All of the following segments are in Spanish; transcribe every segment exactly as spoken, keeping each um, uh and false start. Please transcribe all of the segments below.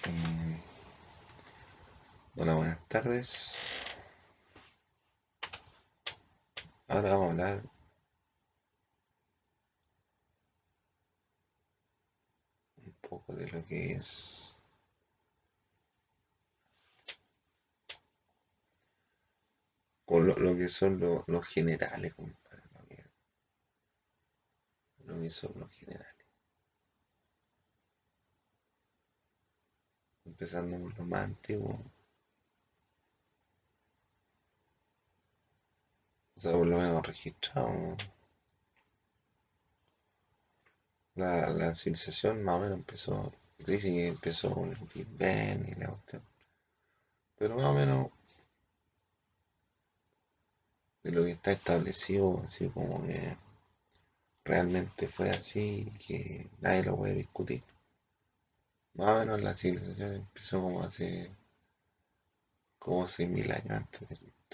Mm, Hola, buenas tardes. Ahora vamos a hablar un poco de lo que es, con lo, lo que son lo- los generales, compadre, lo que, lo que son los generales. Empezando por lo más antiguo, o sea, por lo menos registrado. La, la civilización más o menos empezó, dice que empezó con el Big Bang y la cuestión, pero más o menos de lo que está establecido, así como que realmente fue así y que nadie lo puede discutir. Más o menos la civilización empezó como hace como seis mil años antes de Cristo.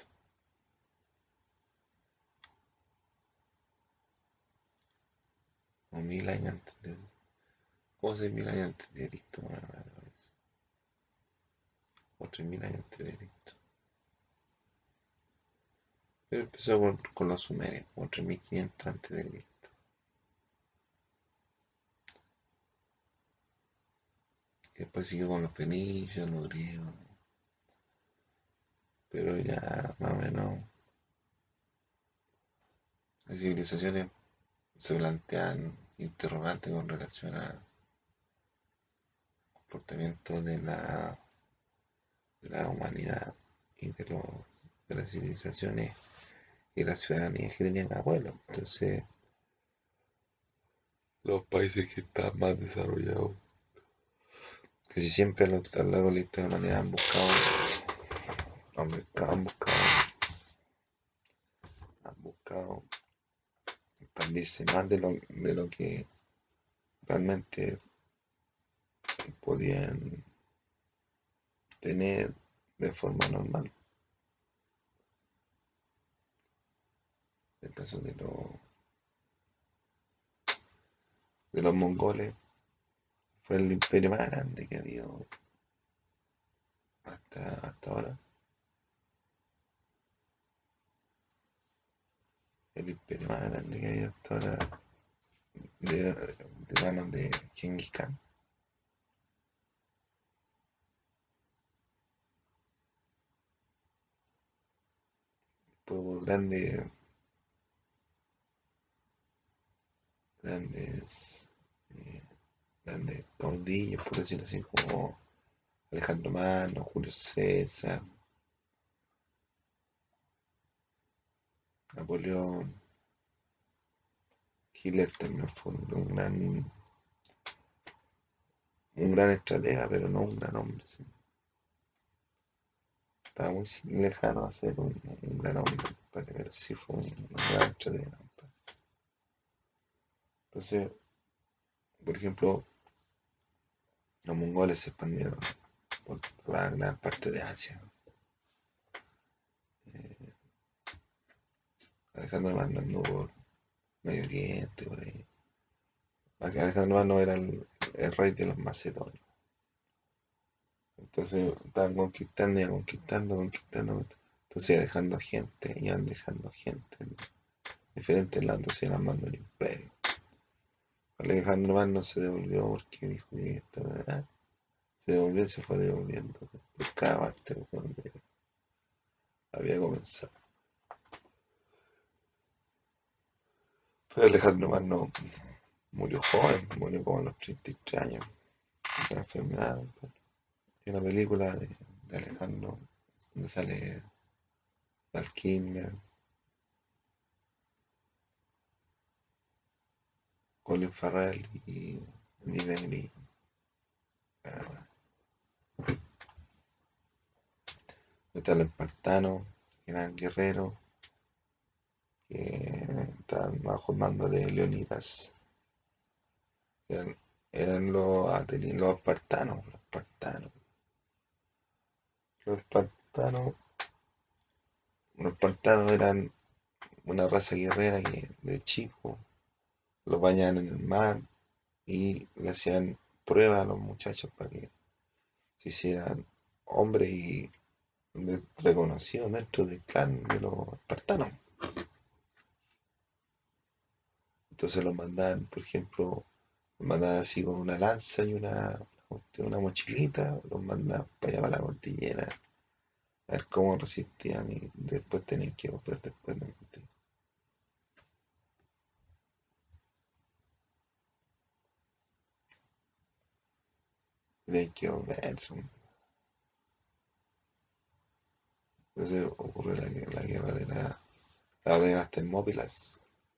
O mil años antes de Cristo. Como seis mil años antes de Cristo, bueno, bueno, bueno, o tres mil años antes de Cristo. Pero empezó con, con los sumerios, como tres mil quinientos antes de Cristo. Y después siguió con los fenicios, los griegos. Pero ya más o menos las civilizaciones se plantean interrogantes con relación al comportamiento de la, de la humanidad y de, los, de las civilizaciones y las ciudadanías que tenían abuelos. Entonces, los países que están más desarrollados, que si siempre a lo, a lo largo de la historia de la humanidad han buscado, han buscado, han buscado, han buscado expandirse más de lo, de lo que realmente podían tener de forma normal. En el caso de, lo, de los mongoles, fue el imperio más grande que ha habido hasta, hasta ahora. El imperio más grande que ha habido hasta ahora de, de manos de Genghis Khan. Tuvo grandes, grandes, eh, grandes caudillos, por decirlo así, como Alejandro Magno, Julio César, Napoleón. Hitler también fue un gran, un gran estratega, pero no un gran hombre. Sí. Estaba muy lejano a ser un, un gran hombre, pero sí fue un, un gran estratega. Entonces, por ejemplo, los mongoles se expandieron por, por la gran parte de Asia. Eh, Alejandro Magno anduvo por Medio Oriente, por ahí. Alejandro Magno era el, el rey de los macedonios. Entonces estaban conquistando y conquistando, conquistando. Entonces iban dejando gente, iban dejando gente en diferentes lados, entonces iban armando el imperio. Alejandro Magno se devolvió porque dijo que estaba, se devolvió y se fue devolviendo por cada parte por donde había comenzado. Pero Alejandro Magno murió joven, murió como a los treinta y tres años, de la enfermedad. Hay una película de, de Alejandro donde sale Val Kilmer, Colin Farrell y Angelina Jolie. Ah, están los espartanos, que eran guerreros, que estaban bajo el mando de Leonidas. Eran, eran los, atenienses, los espartanos, los espartanos. Los espartanos, los espartanos eran una raza guerrera que de chico los bañaban en el mar y le hacían pruebas a los muchachos para que se hicieran hombres y de- reconocidos dentro del clan de los espartanos. Entonces los mandaban, por ejemplo, los mandaban así con una lanza y una, una mochilita, los mandaban para allá para la cordillera, a ver cómo resistían y después tenían que volver después de tenían que volver. Entonces ocurrió la, la guerra de la, la batalla de las Termópilas,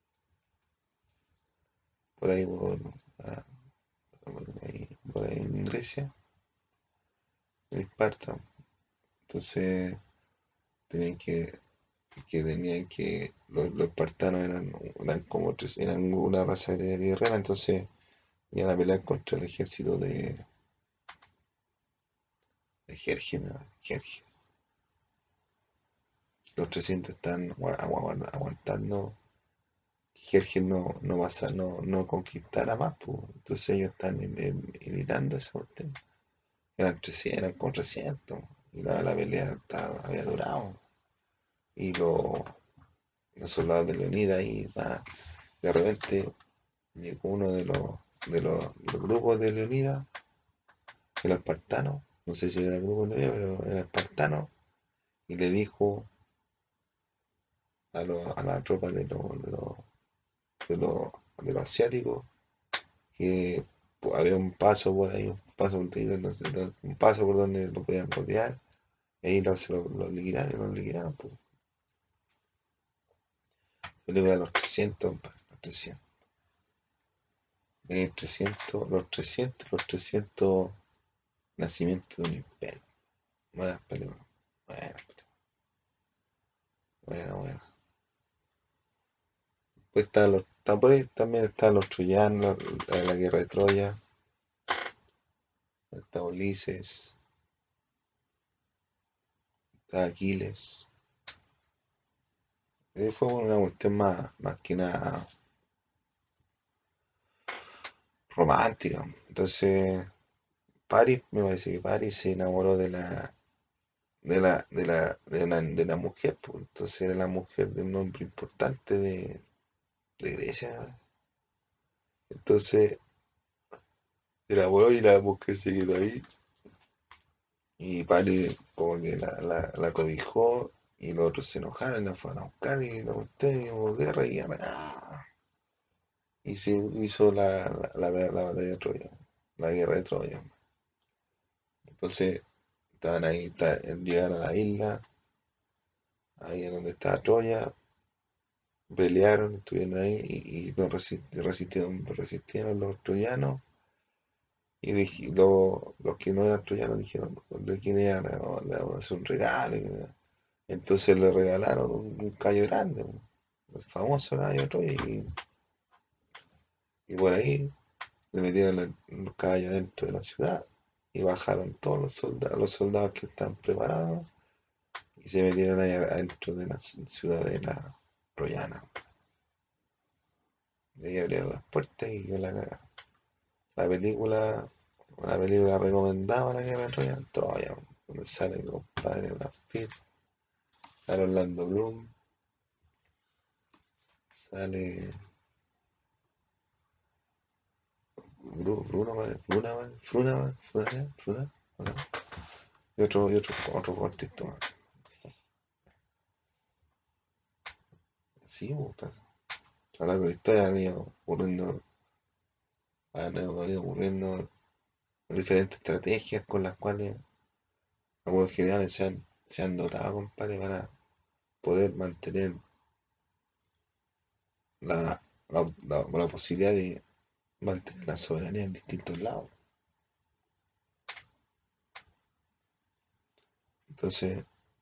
por ahí por, ah, por ahí, por ahí en Grecia, en Esparta. Entonces tenían que, que tenían que, los, los espartanos eran, eran como tres- eran una raza de guerrera, entonces iban a pelear contra el ejército de, de Jerjes, ¿no? Jerjes. Los trescientos están agua- agua- aguantando que Jerjes no, no, pasa, no, no conquistara más, pues. Entonces ellos están em- em- evitando esa cuestión. Eran trescientos, eran con trescientos. Y la, la pelea estaba- había durado. Y los, los soldados de Leonidas ahí, va, de repente llegó uno de los, de los, los grupos de Leonidas, de los espartanos, no sé si era el grupo de Leonidas, pero era espartano, y le dijo a, lo- a la tropa de los, de los, de los, de los asiáticos que pues, había un paso por ahí, un paso, por ahí, un paso por donde lo podían rodear, y ahí los, los, los liquidaron, los liquidaron, pues. Yo le voy a los trescientos, compadre, los trescientos. Eh, trescientos, los trescientos, los trescientos nacimientos de un imperio. Buenas películas. Buenas películas. Buena, buena. Pues están los, está por ahí también están los troyanos, la, la guerra de Troya, está Ulises, está Aquiles. Eh, fue una cuestión más, más que nada romántica. Entonces, Paris, me parece que Paris se enamoró de la, de la, de la, de una, de una mujer, pues. Entonces era la mujer de un hombre importante de, de Grecia. Entonces, se enamoró y la mujer se quedó ahí. Y Paris como que la, la, la cobijó y los otros se enojaron y la fueron a buscar y la cuestión y hubo guerra y guerra. ¡Ah! Y se hizo la, la, la, la batalla de Troya, la guerra de Troya. Entonces, estaban ahí, ta- llegaron a la isla, ahí en donde estaba Troya, pelearon, estuvieron ahí y, y no resi- resistieron, resistieron los troyanos. Y dije- lo- los que no eran troyanos dijeron, ¿de quién era? No, le vamos a hacer un regalo. Y entonces le regalaron un, un caballo grande, un- el famoso caballo de Troya, y, y por ahí le metieron el, el caballo dentro de la ciudad y bajaron todos los soldados, los soldados que están preparados y se metieron ahí adentro de la ciudadela troyana. De ahí abrieron las puertas y yo la cagada. La película, una película recomendada, la guerra de Troya, Troya, donde sale el compadre Brad Pitt, sale Orlando Bloom, sale Bruno, Bruno, Bruna, Fruna, Fruna, Fruna, y otro, y otro, otro cortito más. Sí, pues, hablando de la historia, han ido ocurriendo, han ido ocurriendo diferentes estrategias con las cuales algunos generales se han, se han dotado, compadre, para poder mantener la, la, la, la posibilidad de mantener la soberanía en distintos lados. Entonces,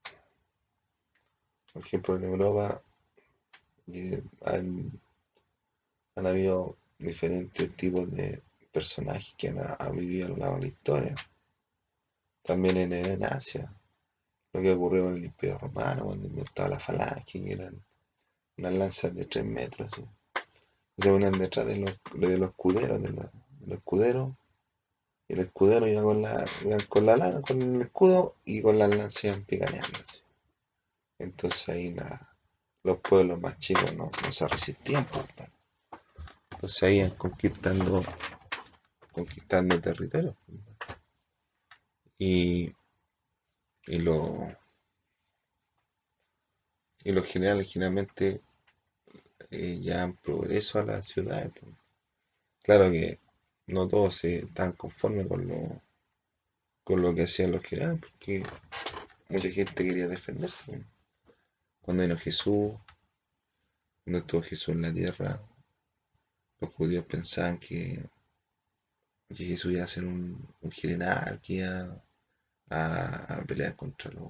por ejemplo, en Europa eh, han, han habido diferentes tipos de personajes que han, han vivido a lo largo de la historia. También en, en Asia, lo que ocurrió en el Imperio Romano, cuando inventaba la falange, que eran unas lanzas de tres metros, así. Se ponían detrás de los, de los escuderos, de, la- de los escuderos, Y el escudero iba con la, iban con la lana, con el escudo y con las lanzas iban picaneando así. Entonces ahí la- los pueblos más chicos no, no se resistían, pues, pa. Entonces ahí iban conquistando, conquistando territorios, pues. Y, y, lo, y los generales generalmente eh, llevan progreso a las ciudades, pues. Claro que no todos se estaban conformes con lo, con lo que hacían los generales, porque mucha gente quería defenderse, pues. Cuando vino Jesús, cuando estuvo Jesús en la tierra, los judíos pensaban que, que Jesús iba a ser un, un general, que iba a, a pelear contra los,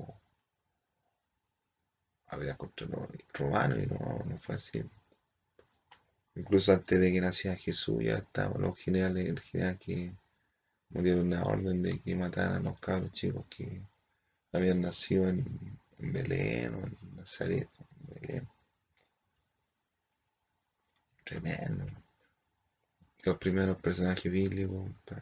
a pelear contra los romanos, y no, no fue así. Incluso antes de que naciera Jesús ya estaban los generales, el general que murió de una orden de que mataran a los cabros chicos que habían nacido en, en Belén o en Nazaret, en Belén. Tremendo. Los primeros personajes bíblicos, pa-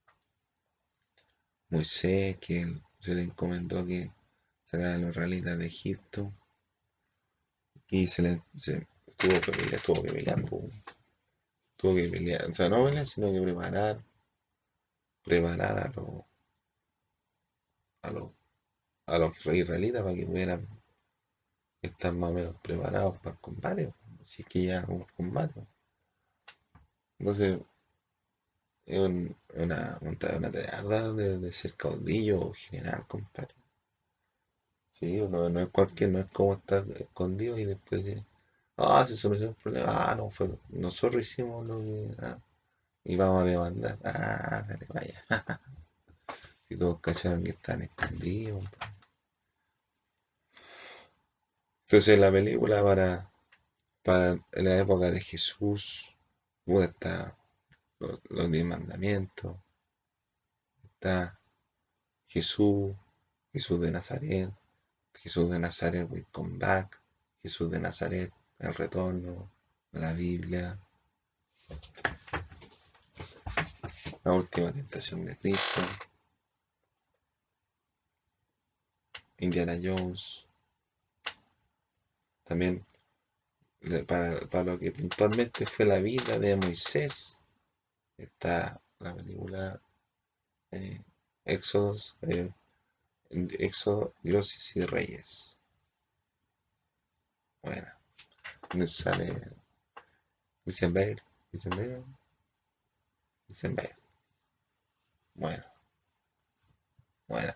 Moisés, que él- se le encomendó que sacara a los israelitas de Egipto y se le se, tuvo que pelear, tuvo que pelear, po. Tuvo que pelear, o sea, no pelear, sino que preparar, preparar a los, a los, a los israelitas para que pudieran estar más o menos preparados para el combate, po. Si es que ya un combate. Entonces, es un- una, una, una tarea ¿verdad? de, de ser caudillo o general, compadre. Sí, no, no es cualquier, no es como estar escondido y después decir, ah, se solucionó el problema, ah, no, fue, nosotros hicimos lo que, ah, y vamos a demandar, ah, dale, vaya. Y todos cacharon que están escondidos. Entonces la película para, para la época de Jesús, puta, está los, los diez mandamientos, está Jesús, Jesús de Nazaret, Jesús de Nazaret will come back, Jesús de Nazaret, el retorno, la Biblia, la última tentación de Cristo, Indiana Jones, también para, para lo que puntualmente fue la vida de Moisés, está la película eh, Éxodos, eh, Éxodo, Dioses y Reyes. Bueno, donde sale Christian Bale, Christian Bale, Christian Bale. Bueno, bueno.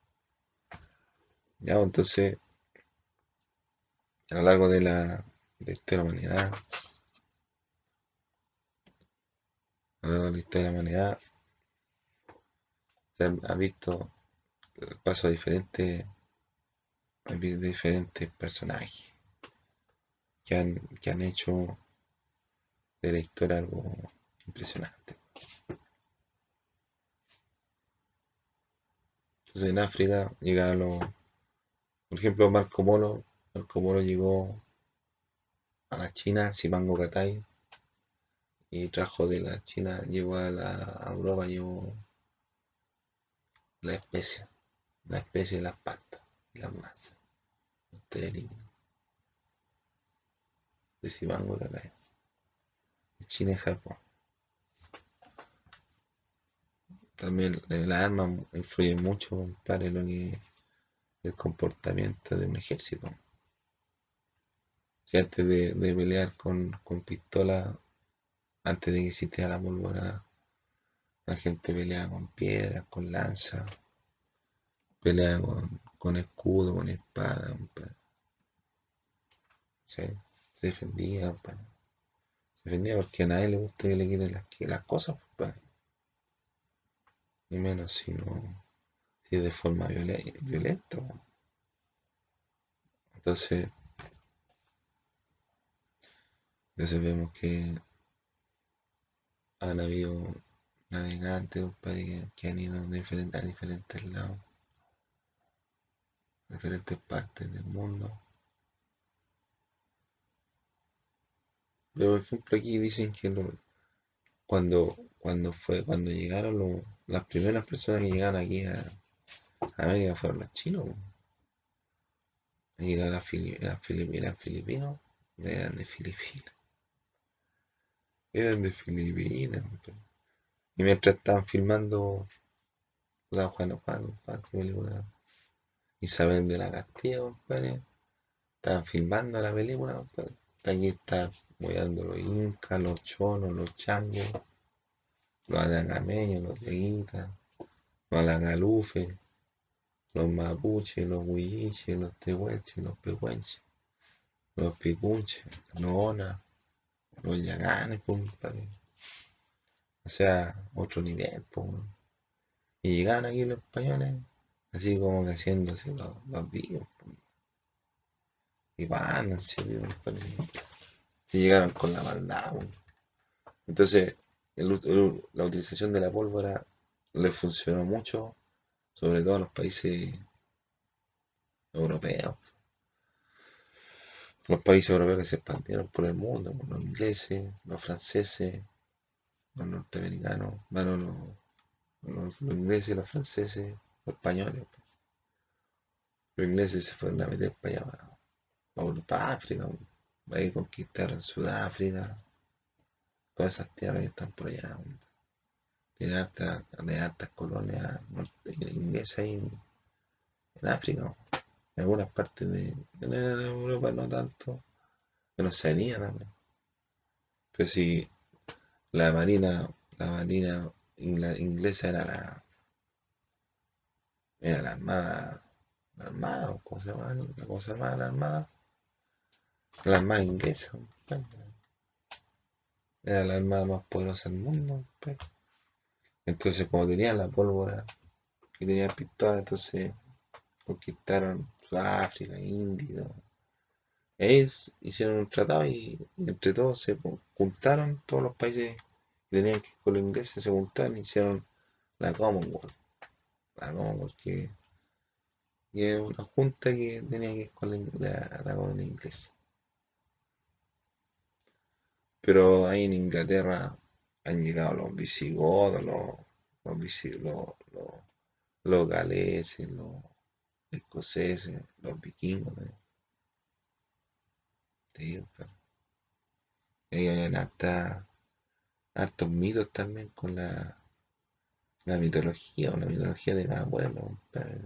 Ya, entonces, a lo largo de la, de la historia de la humanidad, a lo largo de la historia de la humanidad, se ha, ha visto el paso de diferentes, de diferentes personajes que han, que han hecho de la historia algo impresionante. Entonces en África llegaron los, por ejemplo, Marco Polo, Marco Polo llegó a la China, Simango Catay, y trajo de la China, llegó a la a Europa, llevó la especia, la especia y las pastas, y las masas, de Simango Catay, de China y Japón. También eh, las armas influyen mucho para lo que el comportamiento de un ejército. Si antes de, de pelear con, con pistola, antes de que existiera la pólvora, la gente peleaba con piedras, con lanza, peleaba con, con escudo, con espada, compadre. ¿Sí? Se defendía, compadre. Se defendía porque a nadie le gusta que le quiten las, que- las cosas, compadre. Ni menos si no, si es de forma violen- violenta, compadre. Entonces, entonces vemos que han habido navegantes, compadre, que, que han ido diferen- a diferentes lados, a diferentes partes del mundo. Pero, por ejemplo, aquí dicen que lo- cuando, cuando fue, cuando llegaron los las primeras personas que llegaron aquí a América fueron los chinos. Llegaron a Fili- eran, Fili- eran filipinos, eran de Filipinas, eran de Filipinas. Y mientras estaban filmando la Juan Juan, Juan, qué película, Isabel de la Castilla, compadre, estaban filmando la película, compadre. Aquí están moviendo los incas, los chonos, los changos, los atacameños, los teguitas, los alagalufes, los mapuches, los huilliches, los tehuelches, los pehuenches, los picunches, los onas, los yaganes, compadre. O sea, otro nivel, pues. Y llegaban aquí los españoles, así como que haciéndose los, los vivos, po. Y van, en serio, compadre. Y llegaron con la maldad, po. Entonces, el el- la utilización de la pólvora les funcionó mucho, sobre todo a los países europeos. Los países europeos que se expandieron por el mundo, pues, los ingleses, los franceses, los norteamericanos, bueno, los, los- los ingleses, los franceses, los españoles, pues. Los ingleses se fueron a meter para allá, para, para Europa, África, pues. Ahí conquistaron Sudáfrica, todas esas tierras que están por allá, pues. Tienen hartas, de hartas colonias norte- inglesas ahí en, en África, pues. En algunas partes de en Europa no tanto, en Oceanía también. Pero sí, la marina, la marina ingla- inglesa era la, era la armada, la armada, ¿cómo se llama? ¿Cómo se llama la armada? La armada inglesa, pues. Era la armada más poderosa del mundo, pues. Entonces, como tenían la pólvora y tenían pistola, entonces conquistaron Sudáfrica, India. Ellos hicieron un tratado y entre todos se juntaron, todos los países que tenían que ir con los ingleses se juntaron y hicieron la Commonwealth. La Commonwealth, que, que es una junta que tenía que ir con la, la, la corona inglesa. Pero ahí en Inglaterra han llegado los visigodos, los, los, visi- los, los, los galeses, los escoceses, los vikingos también. Te digo, pero ahí hay harta- hartos mitos también con la, la mitología, o la mitología de cada pueblo, compadre.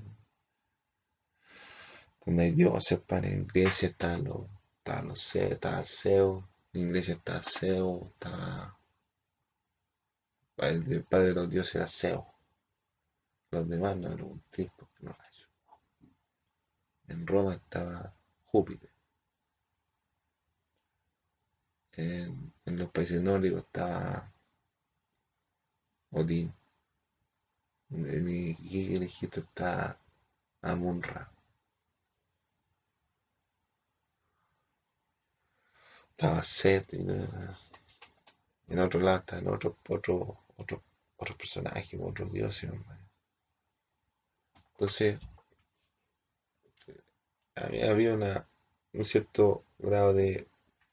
Donde hay dioses, para en Grecia están los, estaban los Zeus, estaba Zeus, en Grecia estaba Zeus, estaba el, el padre de los dioses era Zeus, los demás no eran un tipo, no era eso. En Roma estaba Júpiter, en, en los países nórdicos estaba Odín, en, en Egipto estaba Amun-Ra, estaba Set, y no- en otro lado estaban otros otro, otro, otros personajes, otros dioses, hombre. Entonces, había, había una, un cierto grado de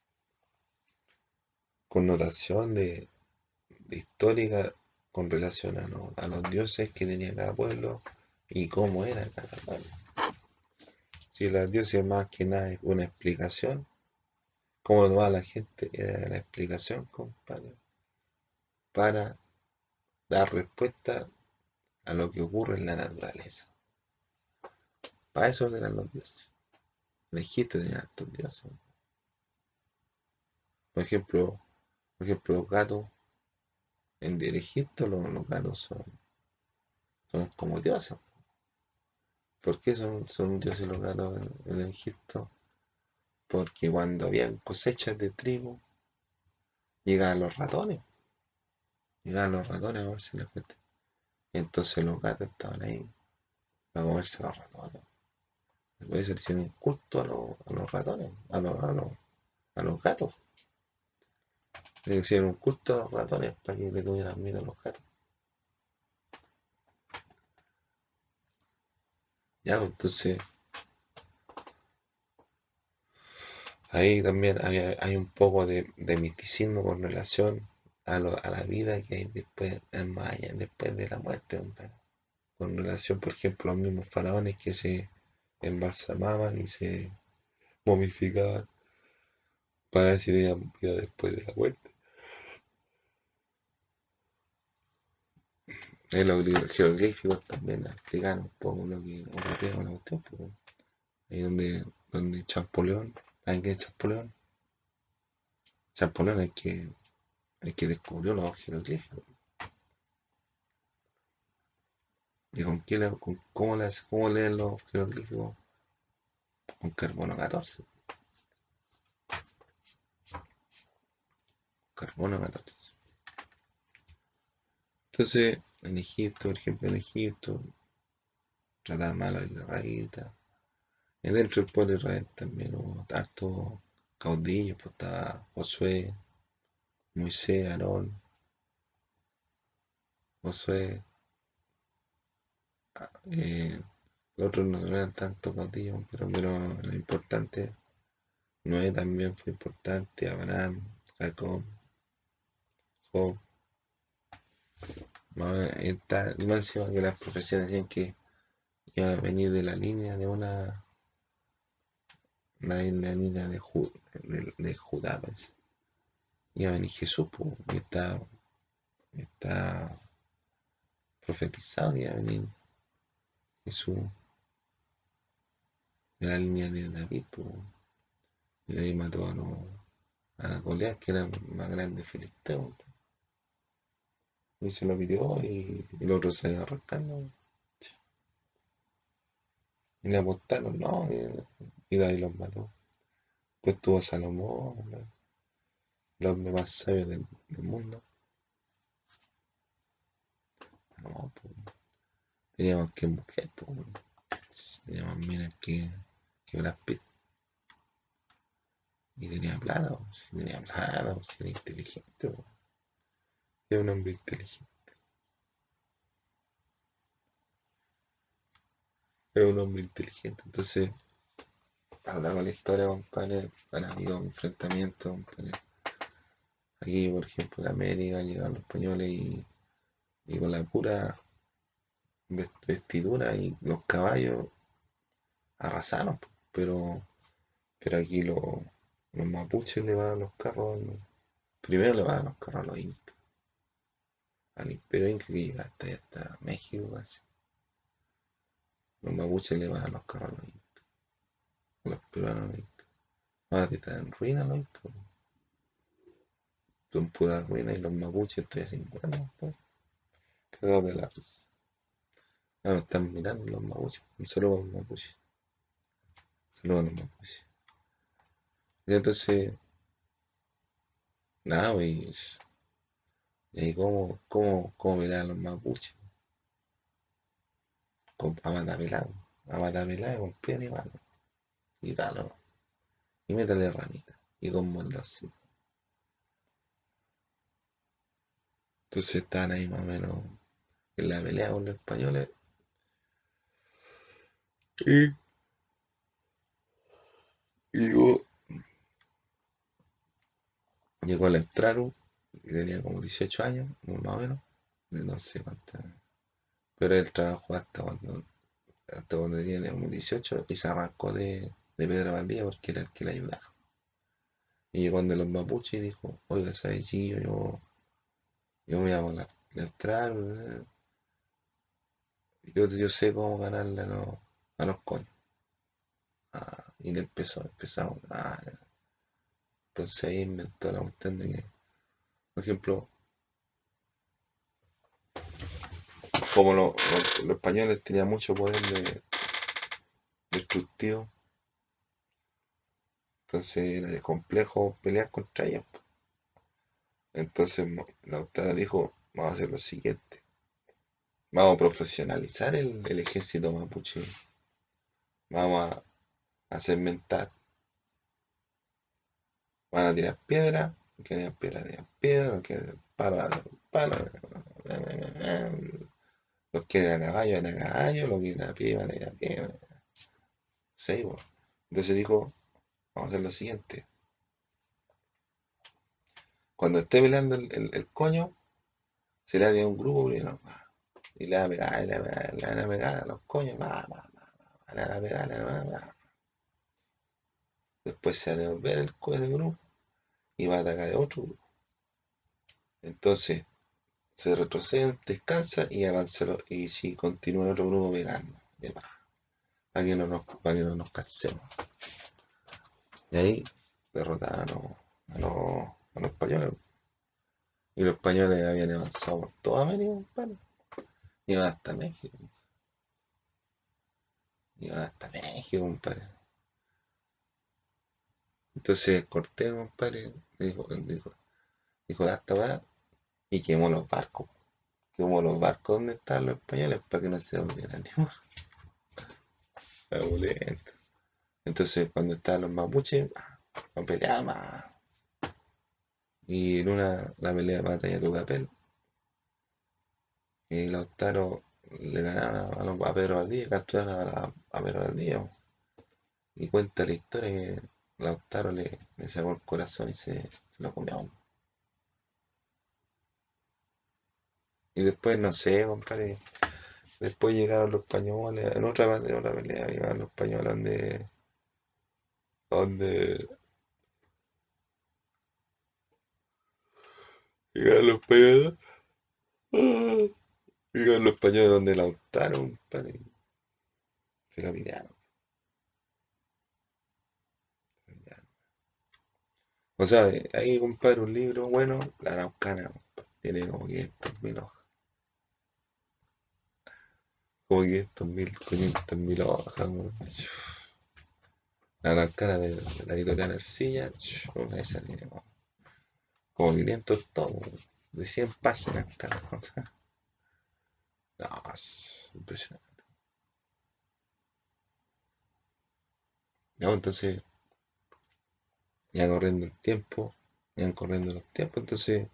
connotación de, de histórica con relación a, lo- a los dioses que tenía cada pueblo y cómo era cada pueblo. Si los dioses más que nada es una explicación, cómo lo tomaba la gente, era la explicación, compadre, para dar respuesta a lo que ocurre en la naturaleza. Para eso eran los dioses. En Egipto tenían estos dioses. Por ejemplo, por ejemplo, los gatos, en el Egipto los, los gatos son, son como dioses. ¿Por qué son, son dioses los gatos en, en Egipto? Porque cuando habían cosechas de trigo, llegaban los ratones. Llegaban los ratones a comerse las cuestiones. Entonces los gatos estaban ahí para comerse los ratones. Por eso le hicieron un culto a, los- a los ratones, a los, a los, a los gatos. Le hicieron un culto a los ratones para que le tuvieran miedo a los gatos. Ya, pues, entonces ahí también hay, hay un poco de, de misticismo con relación a, lo, a la vida que hay después, en más allá, después de la muerte, hombre. Con relación, por ejemplo, a los mismos faraones que se embalsamaban y se momificaban para ver si tenían vida después de la muerte. En los jeroglíficos también explican un poco lo que ocurría con la cuestión, pues, ahí donde, donde Champollion, ¿saben qué es Champollion? Champollion es que, el que descubrió los jeroglíficos. ¿Y con qué le- con- cómo, le, cómo leen los jeroglíficos? Con carbono catorce. Carbono catorce. Entonces, en Egipto, por ejemplo, en Egipto, trataban mal a los israelitas. Y dentro del pueblo de Israel también hubo hartos caudillos, pues estaba Josué, Moisés, Aarón, Josué, eh, los otros no eran tanto caudillos, pero, pero lo importante, Noé también fue importante, Abraham, Jacob, Job, más, está, y más encima que las profecías decían que iba a venir de la línea de una, una, una línea de, Ju- de, de Judá, pues. Iba a venir Jesús, pues, y está, está profetizado que iba a venir Jesús de la línea de David, pues, y de ahí mató a, los, a Goliat, que era el más grande filisteo, pues, y se lo pidió y, y los otros salieron arrancando, y le apostaron, no, y, y David los mató. Pues tuvo Salomón, ¿no? El hombre más sabio del, del mundo. No, pues, teníamos que mujer, pues, teníamos minas que, que Brad Pitt. Y tenía plata, pues, si tenía plata, pues, si era inteligente, pues, era un hombre inteligente, era un hombre inteligente. Entonces, a lo largo de la historia, compadre, han habido enfrentamientos, compadre. Aquí, por ejemplo, en América llegaron los españoles y, y con la pura vestidura y los caballos arrasaron, pues, pero, pero aquí lo- los mapuches le van a los carros, ¿no? Primero le van a los carros a los incas, al imperio inca que llega hasta, hasta México casi. Los mapuches le van a los carros a los incas, los peruanos a los incas. Ahora que están en ruina los incas, son puras ruinas y los mapuches estoy así, bueno, pues, cagados de la risa. Ahora están mirando los mapuches, un saludo a los mapuches, saludo a los mapuches. Y entonces, nada, pues, y cómo, cómo, cómo mirar a los mapuches, con, a matapelado, a matapelado con piedra y mano, y tal, ¿no? Y métale ramita, y con así. Entonces estaban ahí más o menos en la pelea con los españoles. Y llegó, llegó el Emtraru, que tenía como dieciocho años, más o menos, no sé cuánto, pero él trabajó hasta cuando, hasta cuando tenía como dieciocho y se arrancó de, de Pedro Valdivia porque era el que le ayudaba. Y llegó donde los mapuches y dijo, oiga, ¿sabes, chico? Yo, yo me llamo la, el Emtraru, eh, yo, yo sé cómo ganarle a los, a los coños. Ah, y le empezó, empezó, ah, entonces ahí inventó la cuestión de que, por ejemplo, como lo- lo- los españoles tenían mucho poder de- destructivo, entonces era complejo pelear contra ellos. Entonces la autora dijo, vamos a hacer lo siguiente, vamos a profesionalizar el, el ejército mapuche, vamos a, a segmentar, van a tirar piedra, los que tiran piedra, tiran piedra, los que tiran palo, tiran palo, los que tiran a caballo, van a caballo, los que tiran a pie, van a ir a pie, sí, bueno. Entonces dijo, vamos a hacer lo siguiente, Cuando esté peleando el, el, el coño, se le da a un grupo primero. Y le va a pegar, y le va a pegar, le van a pegar a los coños. Va, va, va, va, le van a pegar, le van a pegar. Después se va a devolver el, co- el grupo y va a atacar a otro grupo. Entonces se retroceden, descansa y avanza. lo- Y si continúa el otro grupo pegando. Y va, para que no nos, para que no nos cansemos. Y ahí derrotaron a los, a los, a los españoles. Y los españoles habían avanzado por toda América, compadre. Iban hasta México. Iban hasta México, compadre. Entonces Cortés, compadre, dijo, dijo, dijo, hasta va y quemó los barcos. Quemó los barcos donde estaban los españoles para que no se volvieran ni más. Violento. Entonces cuando estaban los mapuches, no peleaban más. Y en una, la pelea de batalla de Tucapel, y Lautaro le ganaron a, los- a Pedro Valdivia, capturaron a, a- a Pedro Valdivia. Y cuenta la historia que Lautaro le, le sacó el corazón y se, se lo comió. Y después, no sé, compadre, después llegaron los españoles, en otra, en otra pelea llegaron los españoles donde, donde llegaron los españoles, ¡ah! Llegaron los españoles donde Lautaro, compadre, se lo pillaron. O sea, ahí, compadre, un libro bueno, La Araucana, compadre, tiene como quinientas mil hojas, como quinientas mil, quinientas mil hojas, weón. La Araucana de, de la editorial Ercilla, esa tiene como como quinientos tomos, de cien páginas cada cosa. No, es impresionante. No, entonces, ya corriendo el tiempo, ya corriendo los tiempos, entonces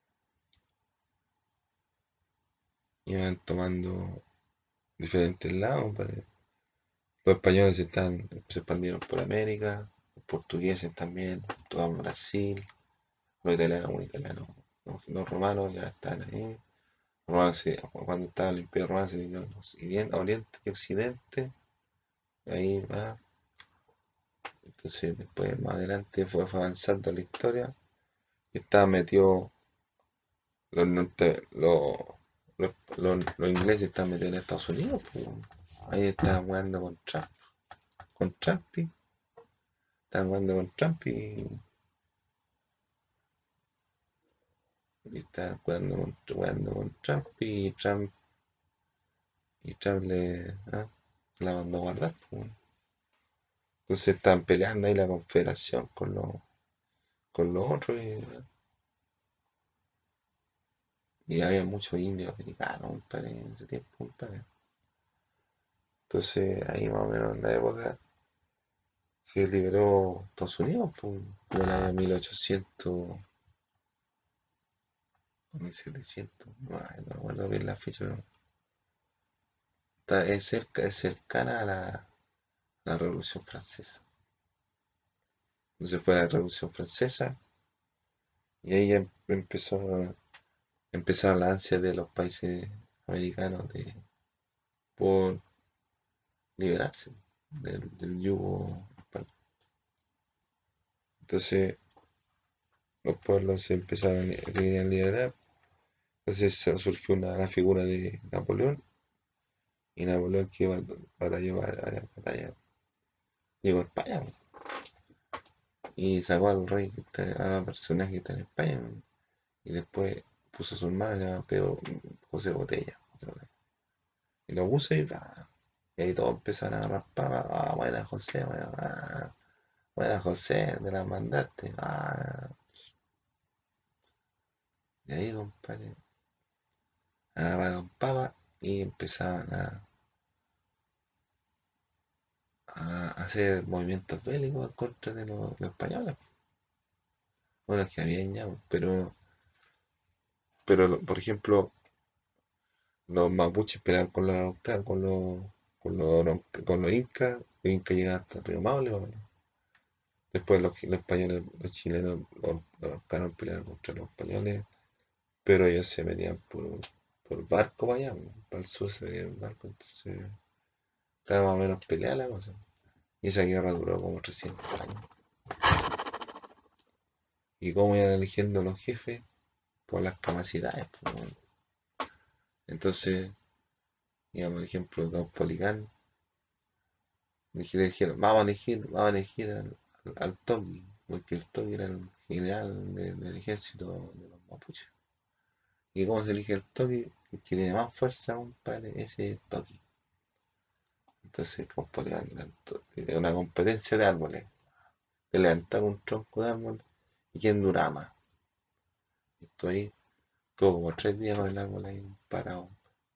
iban tomando diferentes lados. Pare. Los españoles se, están, se expandieron por América, los portugueses también, todo Brasil, los italianos, bueno, italianos, los, los romanos ya están ahí. Los romanos, sí, cuando estaba el Imperio Romano se dividieron en Oriente y Occidente, ahí va. Entonces, después, más adelante, fue, fue avanzando la historia. Y estaba metido, los, norte- los, los, los- los ingleses están metidos en Estados Unidos, pues. Ahí estaban jugando con Trump, con Trump, y estaban jugando con Trump y, y estaban jugando con, jugando con Trump y Trump, y Trump le ah, la mandó a guardar, pues. Entonces estaban peleando ahí la confederación con los, con los otros y, y había muchos indios americanos, compadre, en ese tiempo, compadre. Entonces ahí más o menos en la época que liberó Estados Unidos, pues, por el año mil ochocientos, mil setecientos, no, ay, no me acuerdo bien la fecha, pero está- es, cerca, es cercana a la, la Revolución Francesa. Entonces fue la Revolución Francesa y ahí em- empezó, empezaron las ansias de los países americanos de, por liberarse del, del yugo español. Entonces los pueblos se empezaron, se querían liberar. Entonces surgió una, la figura de Napoleón. Y Napoleón que bat- batalló varias batallas, llegó a España, po, y sacó al rey, que está- a la personaje que está en España, ¿no? Y después puso a su hermano, se llama Pedro José Botella. Y lo puso y, ¡ah! Y ahí todos empezaron a agarrar papas. Ah, buena José, buena, ah, buena José, te la mandaste. Ah. Y ahí, compadre, agarraron papas y empezaban a, a hacer movimientos bélicos en contra de los, los españoles. Bueno, es que habían ya, pero, pero por ejemplo, los mapuches peleaban con los araucanos, con los, con los, arauca- con los incas, los incas llegaban hasta el río Maule, ¿o no? Después los, los españoles, los chilenos los, los buscaron pelear contra los españoles, pero ellos se metían por, por barco para allá, po, para el sur se metían en barco, entonces estaba más o menos peleada la cosa. Y esa guerra duró como trescientos años. ¿Y cómo iban eligiendo los jefes? Por las capacidades, po, weón. Entonces, digamos, por ejemplo, Caupolicán, le dijeron, vamos a elegir, vamos a elegir al, al, al Toqui, porque el Toqui era el general de- del ejército de los mapuches. ¿Y cómo se elige el Toqui? El que tiene más fuerza, compadre, ese es Toqui. Entonces, Caupolicán era una competencia de árboles, de levantar un tronco de árbol y quién dura más. Esto ahí, todo como tres días con el árbol ahí parado.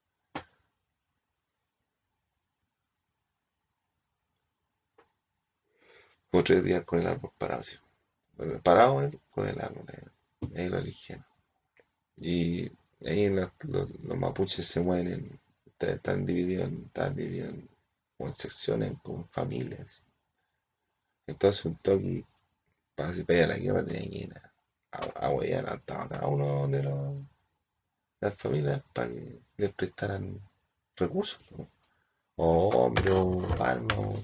Como tres días con el árbol parado, sí. Bueno, parado él con el árbol, ahí, ahí lo eligieron. Y ahí los, los, los mapuches se mueven, en- están, están divididos, en- están divididos en, como en secciones, como en familias. Entonces un toqui, para si para ir a la guerra, tenía que ir a, a, a huear a cada uno de los, las familias para que les prestaran recursos, ¿no? O hombre, o armas, o-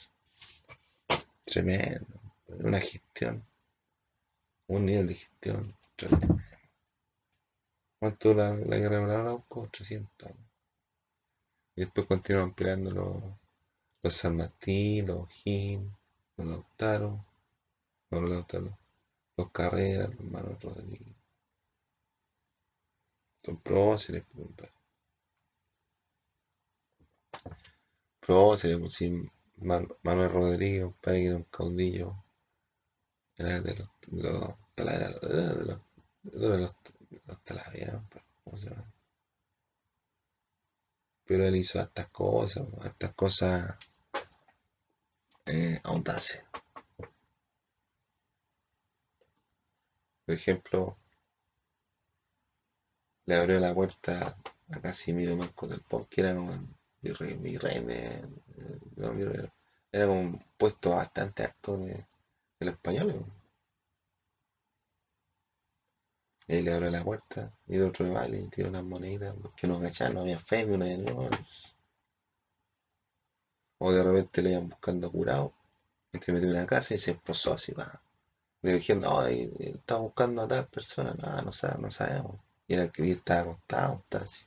tremendo. Una gestión, un nivel de gestión tremendo. ¿Cuánto la, la guerra de Maradona? Como trescientos años. Y después continuaron peleando los, los San Martín, los O'Higgins, los Lautaro, no los Lautaro, los Carreras, los Manuel Rodríguez. Son próceres, pues, compadre. Próceres, pues sí, Man- Manuel Rodríguez, compadre, que era un caudillo, era de los, de los, era de los, de los, de los, de los Talavera, compadre, ¿cómo se llama? Pero él hizo hartas cosas, hartas cosas eh, audaces. Por ejemplo, le abrió la puerta a Casimiro Marcos del Pop, que era como el virrey, virrey de, no, virrey, era como un puesto bastante alto de, de los españoles. Y ahí le abrió la puerta y el otro le va y le tira unas moneditas, porque no cachaban, no había fe, ni una de no, o de repente le iban buscando curado, y se metió en una casa y se esposó así, va. Le dijeron, no, y- y está buscando a tal persona, no, no, sabe- no sabemos. Y era el que estaba acostado, estaba así.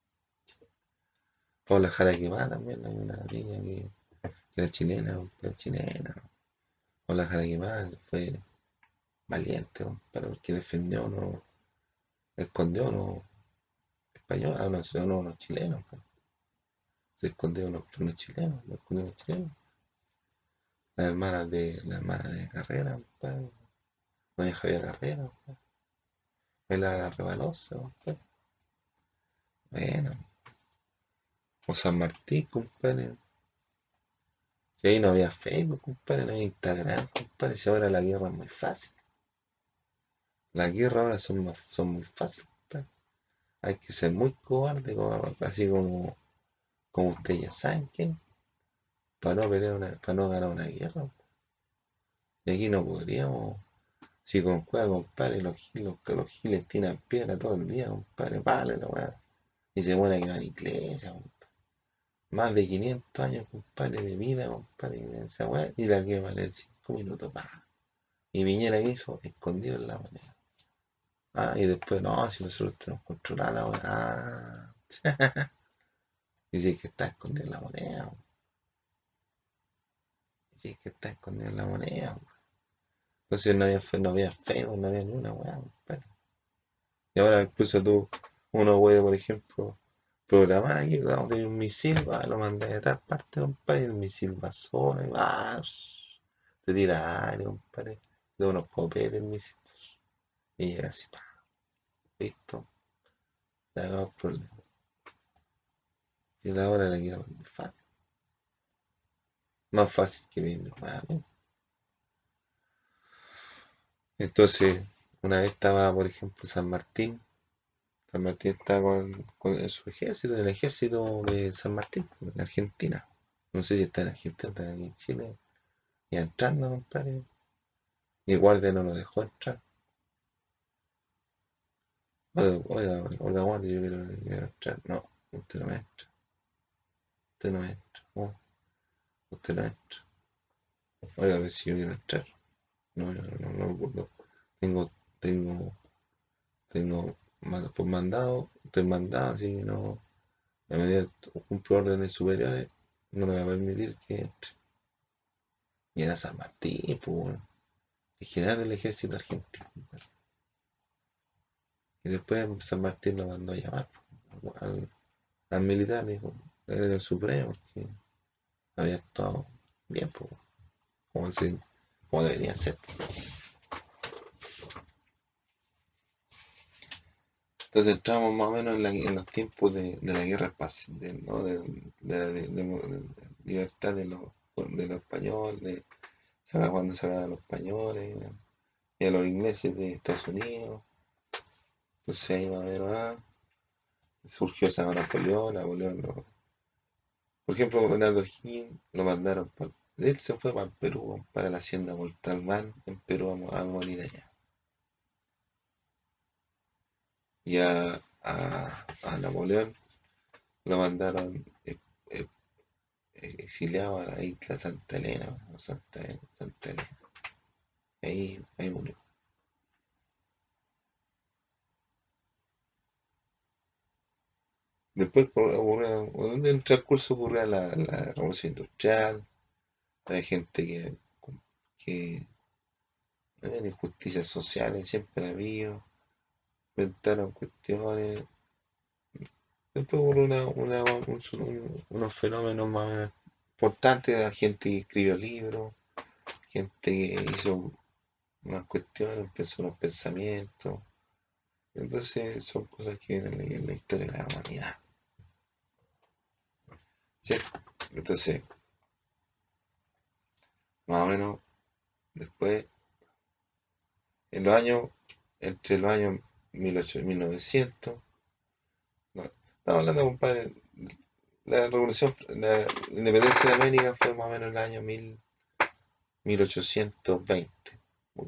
Paula Jara Quemada también, hay una niña que era chilena, pero chilena. O la Jara Quemada fue valiente, pero porque defendió, no escondió, no español, a unos, a unos chilenos, po. Se escondió a unos, unos chilenos, lo escondió a unos chilenos. La hermana de, la hermana de Carrera, compadre. Doña Javier Carrera, compadre. Es la Rebalosa, compadre. Bueno, o San Martín, compadre. Si ahí no había Facebook, compadre, no había Instagram, compadre. Si ahora la guerra es muy fácil. Las guerras ahora son, más, son muy fáciles, compadre. Hay que ser muy cobarde, como- así como, como ustedes ya saben quién, para no pelear una, para no ganar una guerra. Y aquí no podríamos, si con cueva, compadre, los giles, que los giles tiran piedra todo el día, compadre, vale la weá. Y se muere que van a iglesia, compadre. Más de quinientos años, compadre, de vida, compadre, en esa weá, y la que vale en cinco minutos, pa. Y Piñera que hizo, escondido en la moneda. Ah, y después, no, si nosotros tenemos controlada la weá. Ah. Dice que está escondido en la moneda. Dice que está escondido en la moneda. Entonces no había, fe- no había Facebook, no había ni una weá, compadre. Y ahora incluso tú, uno puede, por ejemplo, programar aquí, vamos a tener un misil, va, lo mandé de tal parte, compadre, y el misil va solo, y va, se tira aire, compadre, de unos copetes el misil, y llega así, pa, listo, le hagamos problema. Si la hora la queda muy fácil, más fácil que viene, weá, ¿no? Entonces, una vez estaba, por ejemplo, San Martín. San Martín está con, con su ejército, el ejército de San Martín, pues, en Argentina. No sé si está en Argentina, está aquí en Chile. Y entrando, compadre. Y el guardia no lo dejó entrar. Oiga, oiga, oiga, guardia, yo quiero, quiero entrar. No, usted no me entra. Usted no me entra. No, usted no entra. Oiga, a ver si yo quiero entrar. No, no, no, no, no, no. Tengo, tengo, tengo mando por mandado, estoy mandado, así que no, a medida que cumplo órdenes superiores, no le voy a permitir que entre. Y era San Martín, pues, bueno, el general del ejército argentino. Y después San Martín lo mandó a llamar pues, al, al militar, dijo, era el Supremo, que había estado bien, pues, como, se- como debería ser. Entonces entramos más o menos en, la- en los tiempos de, de la guerra espacial, de, ¿no? de, de la de- de- de libertad de los, de los españoles, saca- cuando se acaban los españoles y a los ingleses de Estados Unidos. Entonces ahí más o menos ah, surgió esa Napoleón, Napoleón lo- por ejemplo, Bernardo Higgins lo mandaron para, él se fue para Perú, para la hacienda Montalbán, en Perú a, mo- a morir allá. Y a, a, a Napoleón lo mandaron eh, eh, eh, exiliado a la isla Santa Elena, o Santa, Santa Elena. Ahí, ahí murió. Después ocurrió, en el transcurso ocurrió la, la revolución industrial, hay gente que, que eh, injusticias sociales siempre ha habido, inventaron cuestiones. Después hubo una, una- un- un- unos fenómenos más o menos importantes, la gente que escribió libros, gente que hizo unas cuestiones, empezó unos pensamientos. Entonces son cosas que vienen en la historia de la humanidad. ¿Sí? Entonces, más o menos después, en los años, entre los años mil ochocientos y mil novecientos, no, estamos hablando, compadre, la revolución, la independencia de América fue más o menos en el año mil, mil ochocientos veinte.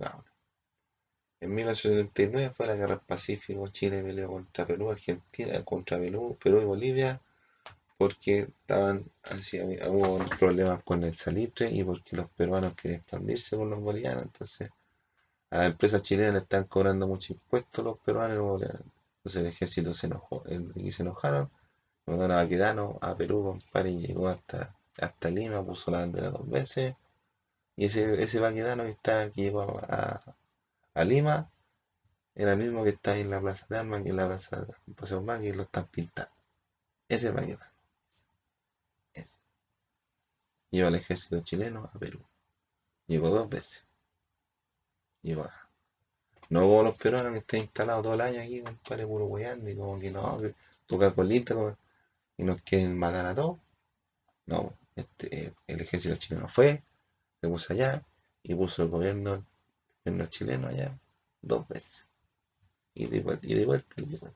En mil ochocientos setenta y nueve fue la guerra del Pacífico, Chile peleó contra Perú, Argentina, contra Perú, Perú y Bolivia, porque estaban así, hubo problemas con el salitre y porque los peruanos querían expandirse con los bolivianos, entonces a las empresas chilenas le están cobrando mucho impuesto los peruanos y los bolivianos. Entonces el ejército se enojó, el- y se enojaron, mandaron a Baquedano a Perú, compadre, y llegó hasta, hasta Lima, puso la bandera dos veces, y ese, ese Baquedano que, está, que llegó a, a Lima era el mismo que está ahí en la Plaza de Armas, y en la Plaza de Paseo Más, y lo están pintando. Ese es Baquedano, ese. Lleva al ejército chileno a Perú. Llegó dos veces. Llegó a... No como los peruanos que están instalados todo el año aquí, compadre, puro weyando, y como que no, que toca colita, como- y nos quieren matar a todos. No, este, el ejército chileno fue, se puso allá, y puso el gobierno, en los chilenos allá, dos veces. Y de vuelta, y de vuelta, y de vuelta.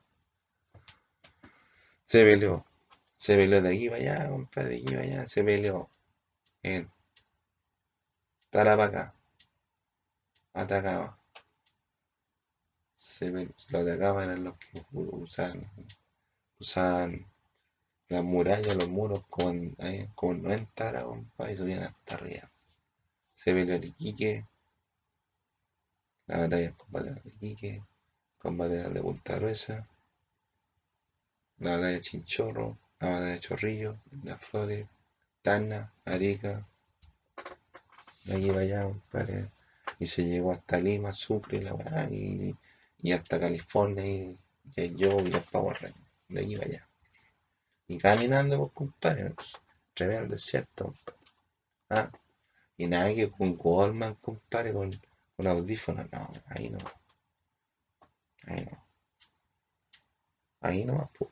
Se peleó, se peleó de aquí para allá, compadre, de aquí para allá, se peleó en Tarapacá, atacaba, se, pe- lo atacaban eran los que usaban, usaban las murallas, los muros con, eh, con noventa grados, compadre, y subían hasta arriba. Se peleó en Iquique, la batalla con batalla de Iquique, con batalla de Punta Gruesa, la batalla de Chinchorro, la batalla de Chorrillo, Las Flores, Tacna, Arica, de allí para allá, compadre. Y se llegó hasta Lima, Sucre, la weá, y, y hasta California, y, y yo y los Power Rangers, de allí para allá. Y caminando, pues, compadre, tremendo desierto, compadre. Ah, y nada que con Goldman, compadre, con, con audífonos, no, ahí no, ahí no, ahí no, pues.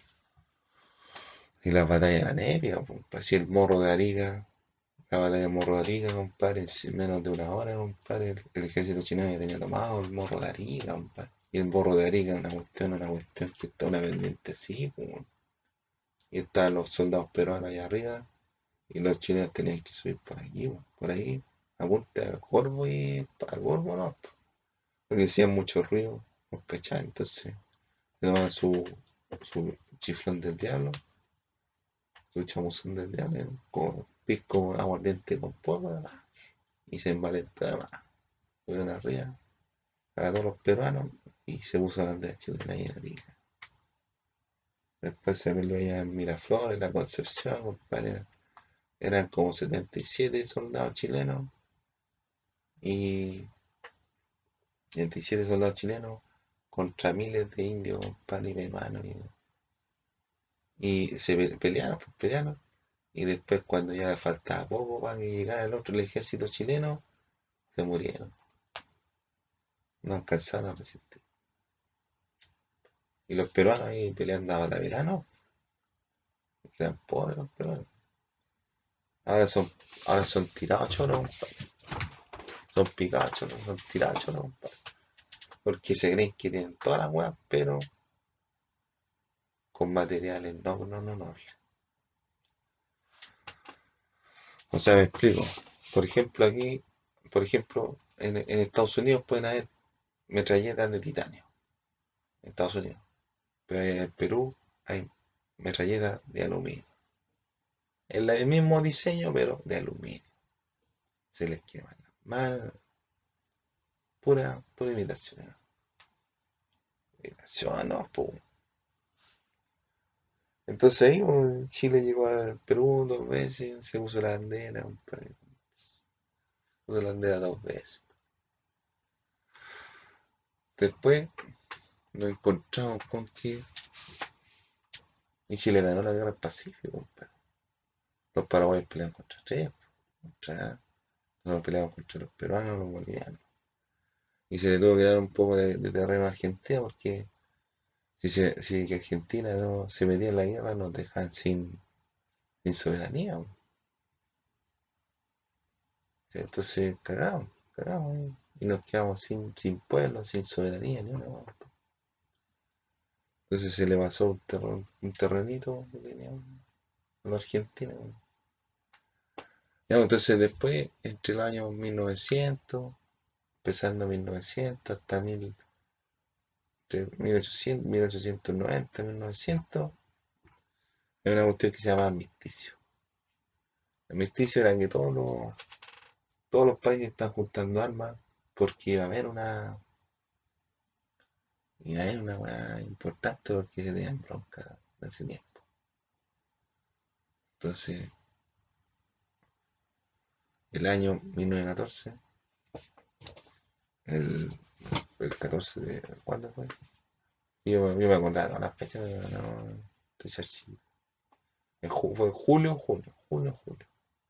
Y las batallas eran épicas, pues, así el morro de Arica, la batalla de Morro de Arica, compadre, en menos de una hora, compadre, el, el ejército chileno ya tenía tomado el Morro de Arica, compadre. Y el Morro de Arica es una cuestión, una cuestión que está una pendiente así, pues. Y estaban los soldados peruanos allá arriba, y los chilenos tenían que subir por aquí, pues, por ahí. apunte a Corvo y a Corvo no, porque hacían mucho ruido, ¿nos cachai? Entonces le daban su, su chiflón del diablo, su chamuzón del diablo, con pisco aguardiente con poco, y se envalentaba, fueron arriba, a todos los peruanos, y se puso la bandera chilena ahí en la pica. Después se peleó allá en Miraflores, en la Concepción, compadre. Eran como setenta y siete soldados chilenos y setenta y siete soldados chilenos contra miles de indios, compadre, y peruanos. Y, y se pe- pelearon, pues pelearon. Y después, cuando ya faltaba poco para que llegara el otro, el ejército chileno, se murieron. No alcanzaron a resistir. Y los peruanos ahí peleando a Batavirano, eran pobres los peruanos. Ahora son, ahora son tirados choros, compadre. Son picados choros, son tirados choros, compadre. Porque se creen que tienen todas las weas, pero con materiales no, no, no, no. O sea, me explico. Por ejemplo, aquí, por ejemplo, en, en Estados Unidos pueden haber metralletas de titanio. En Estados Unidos. Pero en Perú hay metralletas de aluminio. Es la- el mismo diseño, pero de aluminio. Se les queman las manos. Pura, pura imitación. ¿No? Imitación, no, pum. Entonces ahí pues, Chile llegó al Perú dos veces, se puso la bandera, un par- puso la bandera dos veces. Después nos encontramos con que y Chile ganó la guerra del Pacífico, compadre. Los paraguayos peleaban contra tres, contra, nosotros peleamos contra los peruanos, los bolivianos. Y se le tuvo que dar un poco de, de terreno a Argentina porque si, se, si Argentina no se metía en la guerra nos dejaban sin, sin soberanía. Po. Entonces cagamos, cagamos y, y nos quedamos sin, sin pueblo, sin soberanía, ni una más. Entonces se le pasó un, terreno, un terrenito que teníamos a la Argentina. Po. Ya, entonces después, entre el año mil novecientos, empezando mil novecientos hasta mil, de mil ochocientos, mil ochocientos noventa, mil novecientos, hay una cuestión que se llama armisticio. El armisticio era que todos los, todos los países están juntando armas porque iba a haber una, iba a haber una weá importante porque se tenían bronca de ese tiempo. Entonces, el año mil novecientos catorce, el, el catorce de, ¿cuándo fue? Yo, yo me acordaba de todas las fechas, pero no estoy cercino. En ju- fue julio, junio, junio, julio.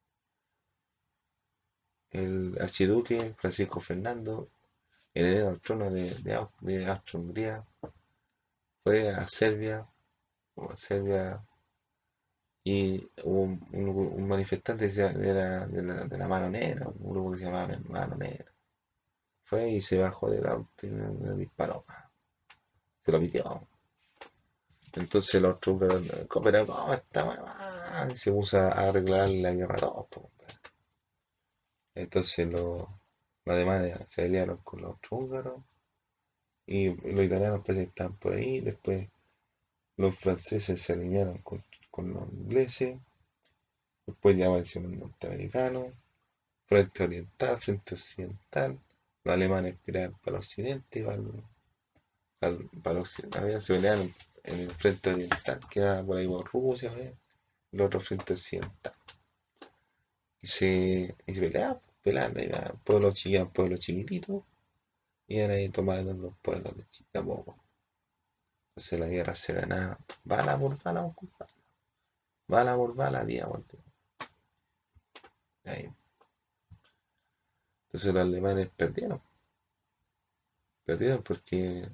El archiduque Francisco Fernando, heredero al trono de, de, Au- de Austria-Hungría, fue a Serbia, o a Serbia y hubo un, un- un manifestante que se- de la, de, la, de la Mano Negra, un grupo que se llamaba Mano Negra. Fue y se bajó del auto y le, le disparó, se lo pitió. Entonces los otros, pero ¿cómo está, mamá? Y se puso a arreglar la guerra a todos, po, compadre. Entonces los, los alemanes se aliaron con los húngaros y los italianos pues estaban por ahí. Después los franceses se alinearon con, con los ingleses. Después ya aparecieron los norteamericanos, frente oriental, frente occidental. Los alemanes tiraban para el occidente y para el, para el- para el occidente. Había- Se pelearon en el frente oriental, que era por ahí por Rusia, ¿eh? El otro frente occidental. Y se, y se peleaban, peleando, iban pueblos chiquitos, pueblos chiquititos, y iban ahí tomando los pueblos de Chile a poco. Entonces la guerra se ganaba bala por bala, pues, compadre. Bala por bala, día por día. Ahí. Entonces los alemanes perdieron, perdieron porque,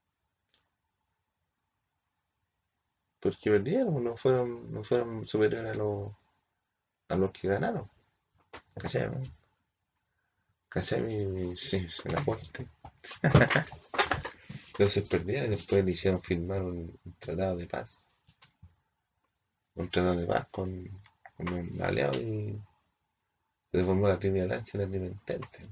porque perdieron, no fueron, no fueron superiores a los, a los que ganaron. ¿Cachai? ¿No? ¿Cachai? Sí, se la corte. Entonces perdieron y después le hicieron firmar un, un tratado de paz. Un tratado de paz con, con un aliado y Se formó la Trinidad Lanza y la Trinidad Entente.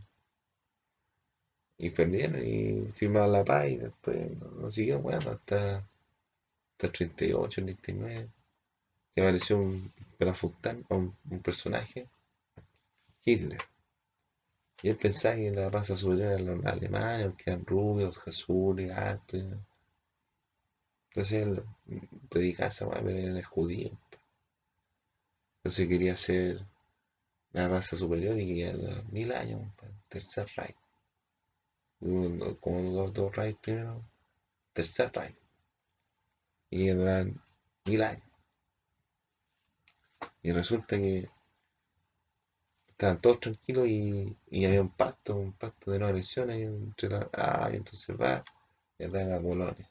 Y perdieron y firmaron la paz y después no, no siguieron jugando hasta, hasta el treinta y ocho, treinta y nueve, que apareció un Pelafustán, un, un personaje, Hitler. Y él pensaba que la raza superior eran los alemanes, que eran rubios, azules, altos. Entonces él predicaba esa weá, pero él es judío. Entonces quería ser la raza superior y quería los mil años, compadre, tercer Reich. Uno- Como dos, dos Reich primero, tercer Reich. Y que duran mil años. Y resulta que estaban todos tranquilos y, y había un pacto, un pacto de no agresiones entre la, ah, y entonces va y ataca a Polonia.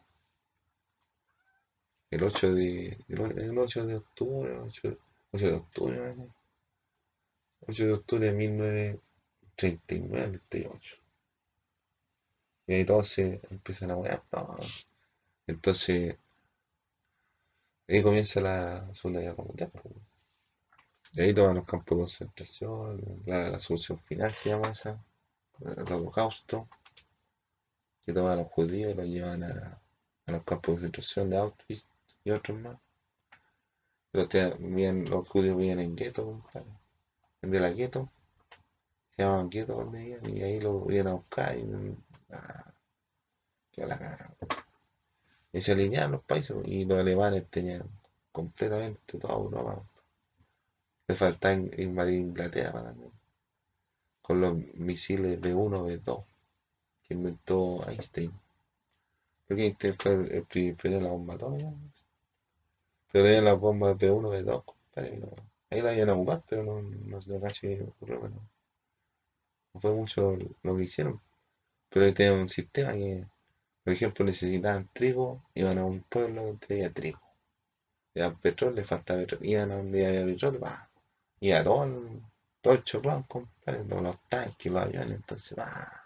El ocho de, el, o- el ocho de octubre, ocho, ocho de octubre, ¿no? ocho de octubre de mil novecientos treinta y nueve, treinta y ocho. Y ahí todos se empiezan a wear. No. Entonces, ahí comienza la Segunda Guerra Mundial, pues. Y ahí toman los campos de concentración, la, la solución final se llama esa, el holocausto, que toman a los judíos y los llevan a, a los campos de concentración de Auschwitz y otros más. Pero te- vivían- los judíos vivían en guetos, compadre. De la gueto, se llamaban guetos donde vivían, y ahí los iban a buscar y, ah, que la cagada. Y se alineaban los países, y los alemanes tenían completamente toda Europa. Le faltaba in- invadir Inglaterra también, con los misiles B uno, B dos, que inventó Einstein. Porque Einstein fue el, el pri- primero de la bomba atómica, ¿no? Pero tenían las bombas B uno, B dos, compadre, y no- ahí la iban a ocupar, pero no, no se lo cacho que ocurrió, pero no fue mucho lo que hicieron. Pero tenían un sistema que, por ejemplo, necesitaban trigo, iban a un pueblo donde había trigo. Ya petróleo, le faltaba petróleo, iban a donde había petróleo, va. Y a todo el, todo el choclón, compadre, los, los tanques, los aviones, entonces va.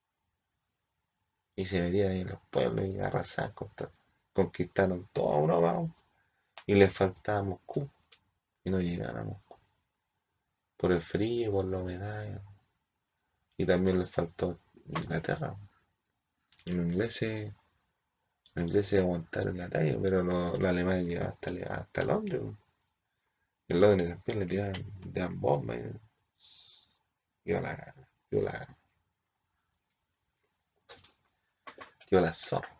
Y se metían ahí en los pueblos y arrasaban, contra- conquistaron toda Europa, y les faltaba Moscú, y no llegaron a Moscú. Por el frío, por la humedad, y también les faltó Inglaterra. Y los ingleses, los ingleses aguantaron la talla, pero los, los alemanes llegaron hasta, hasta Londres. En Londres también le tiraban, le tiraban bombas. Y yo la, yo la, yo la zorra.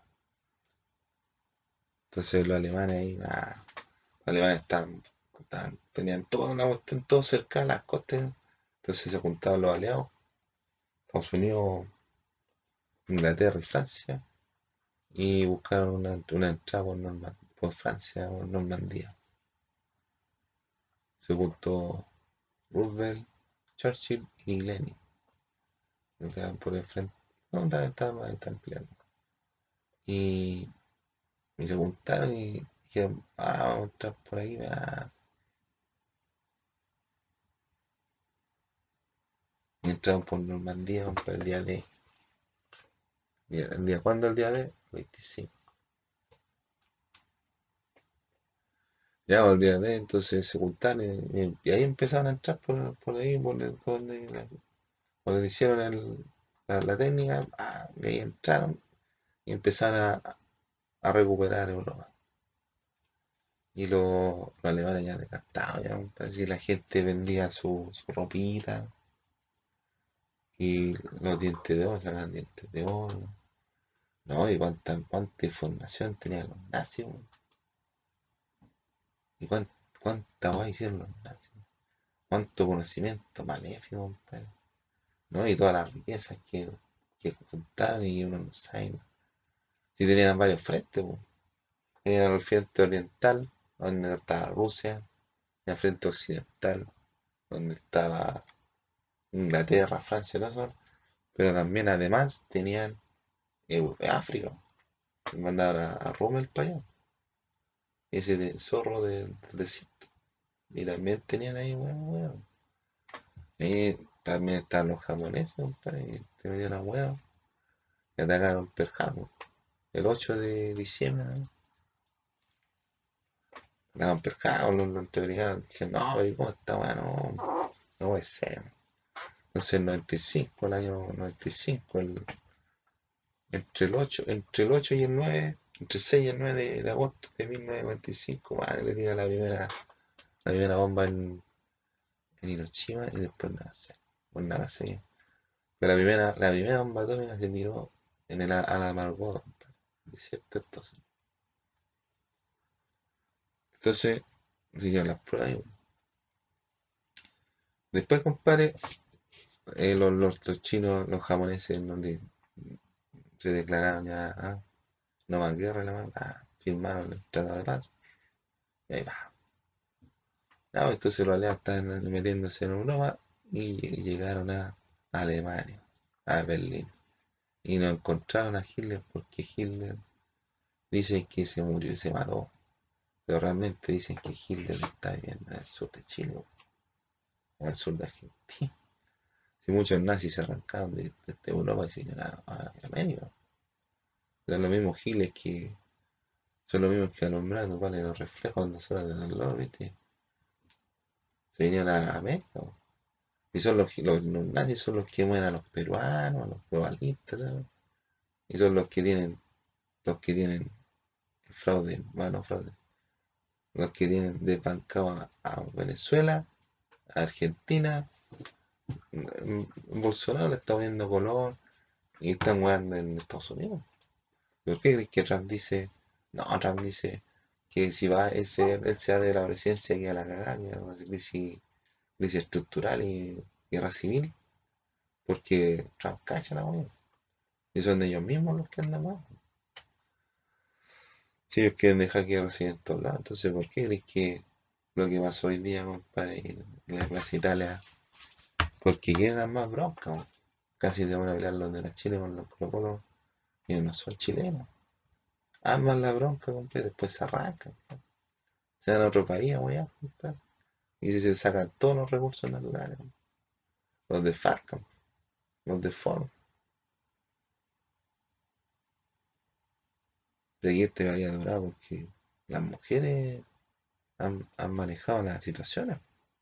Entonces los alemanes ahí, nada, los alemanes estaban, estaban- tenían toda una cuestión, todo cerca de las costas. Entonces se juntaban los aliados, Estados Unidos, Inglaterra y Francia, y buscaron una, una entrada por, Norma- por Francia, por Normandía. Se juntó Roosevelt, Churchill y Lenin. O sea, por el frente. No, estaban, estaban, estaban peleando. Y, y se juntaron y dijeron, ah, vamos a entrar por ahí. Ah. Y entraron por Normandía para el día de. ¿El día cuándo? El día de veinticinco. Ya, pues, el día de, entonces se juntaron y, y- y ahí empezaron a entrar por, por ahí, por, el- por donde, la- por donde hicieron el- la, la técnica. Ah, y ahí entraron y empezaron a, a recuperar Europa. Y los, los alemanes ya desgastados, ya, pues, así la gente vendía su, su ropita y los dientes de oro, sacaban dientes de oro. No, y cuánta, cuánta información tenían los nazis, weón. Y cuán- cuánta guay hicieron los nazis. Cuánto conocimiento maléfico, compadre. ¿No? Y todas las riquezas que, que juntaron y uno no sabe, ¿no? Sí tenían varios frentes, po. Tenían el frente oriental, donde estaba Rusia, y el frente occidental, donde estaba Inglaterra, Francia, todo eso. Pero también además tenían Eu- África. Que mandaron a, a Rommel para allá, ese de- zorro del, del desierto. Y también tenían ahí, weón, weón. Ahí también están los japoneses, compadre, que tenían a weón. Y atacaron Pearl Harbor el ocho de diciembre, ¿no? Atacaron Pearl Harbor, los norteamericanos. Dije, no, pero ¿cómo está, weón? No, puede ser. Entonces el noventa y cinco, el año noventa y cinco, el, entre el ocho, entre el ocho y el nueve, entre el seis y el nueve de, de agosto de mil novecientos noventa y cinco, vale, le tira la primera, la primera bomba en, en Hiroshima y después Nagasaki. Pues Nagasaki. Pero la primera, la primera bomba atómica se tiró en el Alamogordo, compadre. ¿Es cierto? Entonces, entonces siguieron las pruebas. Y después, compadre, eh, los, los, los chinos, los japoneses, no le- se declararon ya, ah, no más guerra, la más, ah, firmaron el tratado de paz. Y ahí va. No, entonces los aliados estaban metiéndose en Europa y, y llegaron a Alemania, a Berlín. Y no encontraron a Hitler porque Hitler dice que se murió y se mató. Pero realmente dicen que Hitler está viviendo en el sur de Chile o en el sur de Argentina. Si muchos nazis se arrancaron de, de, de Europa y se iban a, a América. Son los mismos giles que son los mismos que alumbrando, ¿vale? Los reflejos nosotros en el lobby, ¿viste? Se vinieron a América. Y son los, los, los nazis son los que mueren a los peruanos, a los globalistas, ¿sabes? Y son los que tienen, los que tienen fraude, bueno, fraude, los que tienen desbancado a, a Venezuela, a Argentina. mm, Bolsonaro le está poniendo color y están jugando en Estados Unidos. ¿Por qué crees que Trump dice, no, Trump dice que si va ese, él sea de la presidencia que a la cagada, que a una crisis, crisis estructural y guerra civil? Porque Trump cacha la wea. Y son ellos mismos los que andan mal. Si ellos quieren dejar que reciben en todos lados, entonces ¿por qué crees que lo que pasó hoy día, compadre, en la Plaza Italia? Porque quieren más bronca, weón. Casi te van a pelear los de la Chile con los Colo Colo y no son chilenos. Arman la bronca, compadre, después se arrancan. Se van a otro país a wear, compadre. Y si se sacan todos los recursos naturales, los desfalcan, los deforman. De aquí este vaya dorado porque las mujeres han, han manejado las situaciones.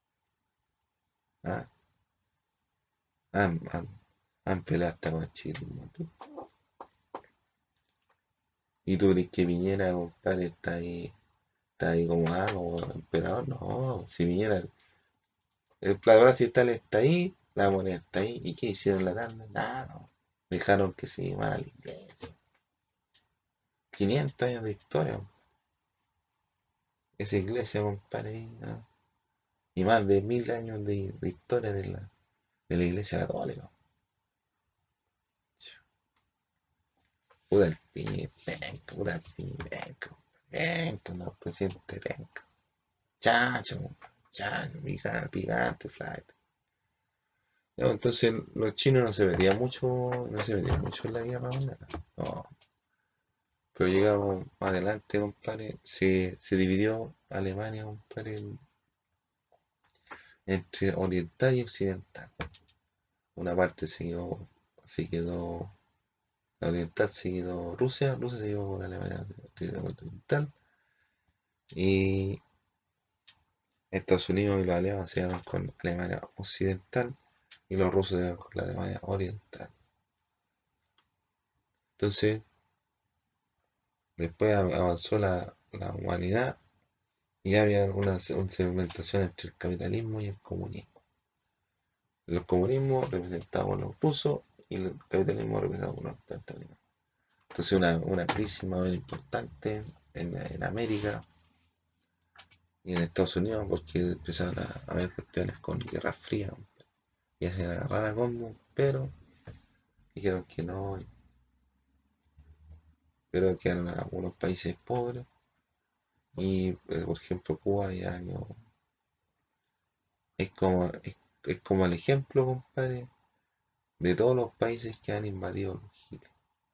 ¿Ah? Han, han, han peleado hasta con el chilenismo. ¿Y tú crees que Piñera, compadre, está ahí, está ahí como, ah, como emperador? No, si Piñera, el Plaza Italia está ahí, la moneda está ahí, ¿y qué hicieron la tarde? Nada, no. Dejaron que se llamara la iglesia. quinientos años de historia, esa iglesia, compadre, ahí, ¿no? Y más de mil años de, de historia de la, de la iglesia católica. Puta el piñe, penca, puta el piñe, penca, penca, no, presidente penca. Chacho, chacho, picante, picante, flight. No, entonces los chinos no se metían mucho, no se metían mucho en la guerra mundial. No, pero llegamos más adelante, compadre, se, se dividió Alemania, compadre, en- entre oriental y occidental. Una parte se quedó, se quedó, la oriental se quedó Rusia, Rusia se quedó con Alemania oriental, y Estados Unidos y los aliados se quedaron con Alemania occidental y los rusos se quedaron con la Alemania oriental. Entonces, después avanzó la, la humanidad y había una, una segmentación entre el capitalismo y el comunismo. El comunismo representado por los rusos y el capitalismo representado por los norteamericanos. Entonces una, una crisis más o menos importante en, en América y en Estados Unidos porque empezaron a, a haber cuestiones con Guerra Fría y se agarrar a combo, pero dijeron que no, pero quedaron algunos países pobres y eh, por ejemplo Cuba ya no, es como, es, es como el ejemplo, compadre, de todos los países que han invadido los giles.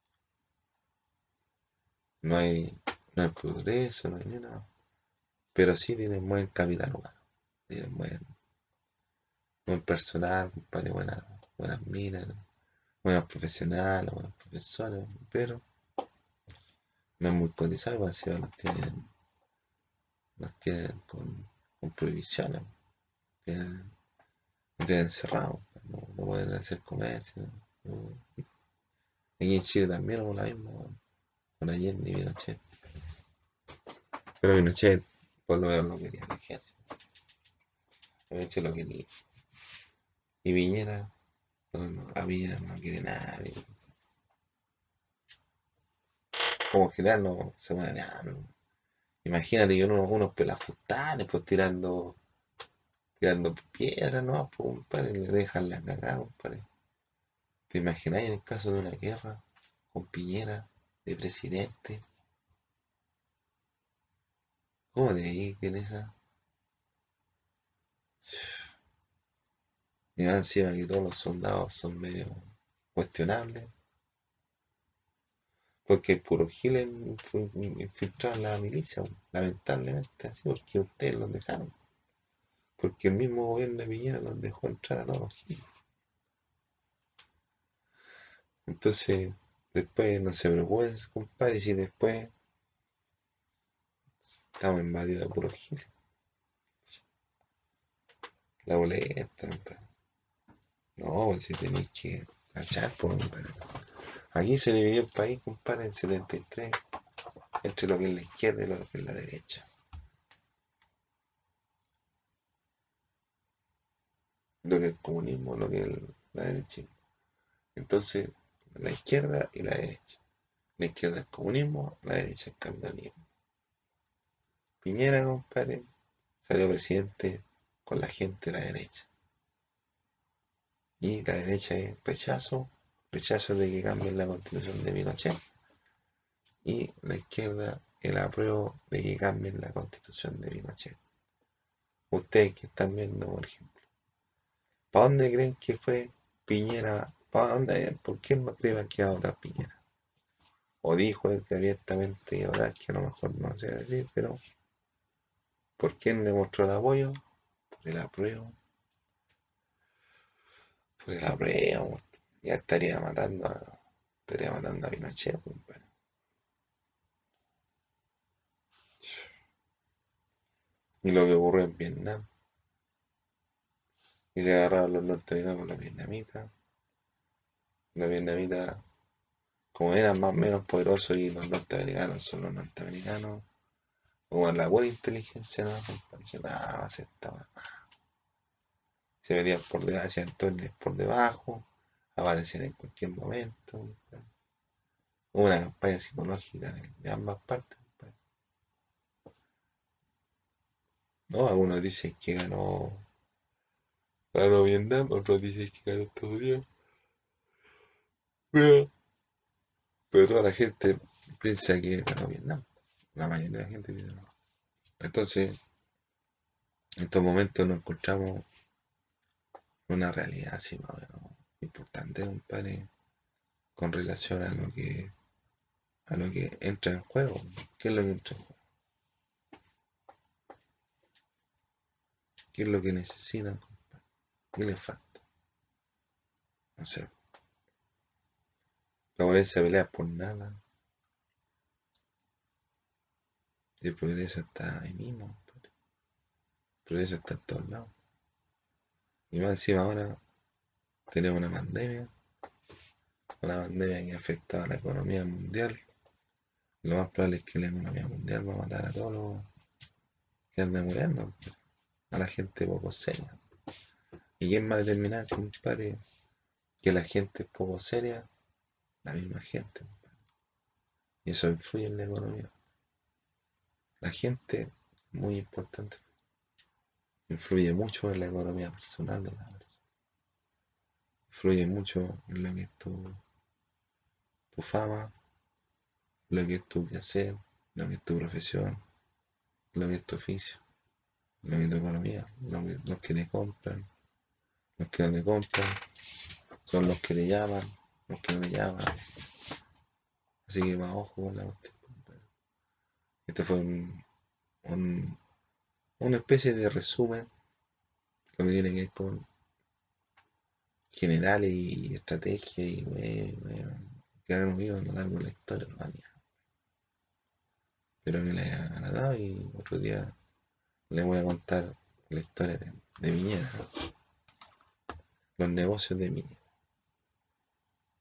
No hay, no hay progreso, no hay ni nada, pero sí tienen buen capital humano, tienen buen, buen personal, compadre, buenas, buenas minas, buenos profesionales, buenos profesores, pero no es muy cotizado, pues, si los tienen, los tienen con, con prohibiciones. Tienen- no tienen encerrado, no, no pueden hacer comercio. No. Aquí en Chile también hubo la misma, weón, con Allende y Pinochet. Pero Pinochet, por lo menos, no quería el ejército. Pinochet lo quería. Y Piñera, no, no, a Piñera no quiere nadie. Como general no se muere nada, no. Imagínate que unos, unos pelafustales, pues tirando, tirando piedras, ¿no? Pues, compadre, le dejan la cagada, compadre. ¿Te imagináis en el caso de una guerra con Piñera de presidente? ¿Cómo de ahí en esa? Y más encima que todos los soldados son medio cuestionables, porque puro giles infiltraron la milicia, lamentablemente, así porque ustedes los dejaron, porque el mismo gobierno de Piñera los dejó entrar a todos los giles. Entonces, después no se preocupen, compadre, si después estamos invadidos de puro giles. La boleta, compadre. No, pues si tenéis que cachar, pues, compadre. Aquí se dividió el país, compadre, en setenta y tres, entre lo que es la izquierda y lo que es la derecha. Lo que es el comunismo, lo que es el- la derecha. Entonces, la izquierda y la derecha. La izquierda es comunismo, la derecha es capitalismo. Piñera, compadre, salió presidente con la gente de la derecha. Y la derecha es rechazo, rechazo de que cambien la constitución de Pinochet. Y la izquierda el apruebo de que cambien la constitución de Pinochet. Ustedes que están viendo, por ejemplo, ¿para dónde creen que fue Piñera? ¿Para dónde? ¿Por qué no creen que va a votar Piñera? O dijo él que abiertamente, y la verdad es que a lo mejor no se debe decir, pero ¿por quién le mostró el apoyo? Por el apruebo, por el apruebo. Ya estaría matando a, estaría matando a Pinochet, compadre. Y lo que ocurrió en Vietnam, y se agarraron los norteamericanos con los vietnamitas. Los vietnamitas, como eran más o menos poderosos y los norteamericanos son los norteamericanos, como la buena inteligencia, ¿no? Compadre, que nada, se estaba, se metían por debajo, hacían túneles por debajo, aparecían en cualquier momento. Una campaña psicológica de, de ambas partes. ¿No? Algunos dicen que ganó, ganó Vietnam, otros dicen que ganó Estados Unidos. Pero, pero toda la gente piensa que ganó Vietnam. La mayoría de la gente piensa que no. Entonces, en estos momentos nos encontramos en una realidad así más o menos importante, compadre, con relación a lo que a lo que entra en juego. ¿Qué es lo que entra en juego? ¿Qué es lo que necesitan, compadre? ¿Qué les falta? No sé. La ponerse a pelear por nada. Y el progreso está ahí mismo, compadre. El progreso está en todos lados. Y más encima ahora tenemos una pandemia, una pandemia que ha afectado a la economía mundial. Lo más probable es que la economía mundial va a matar a todos los que andan muriendo, a la gente poco seria. ¿Y quién va a determinar, compadre, que la gente es poco seria? La misma gente, compadre. Y eso influye en la economía. La gente, muy importante, influye mucho en la economía personal de la persona. Influye mucho en lo que es tu, tu fama, lo que es tu quehacer, lo que es tu profesión, lo que es tu oficio, lo que es tu economía, lo que, los que te compran, los que no te compran, son los que te llaman, los que no te llaman. Así que más ojo con la cuestión. Este fue un, un- una especie de resumen, lo que tiene que ver con generales y estrategia y wey, wey, que han movido a lo largo de la historia de la humanidad. Espero que les haya agradado y otro día les voy a contar la historia de, de Piñera. Los negocios de Miño.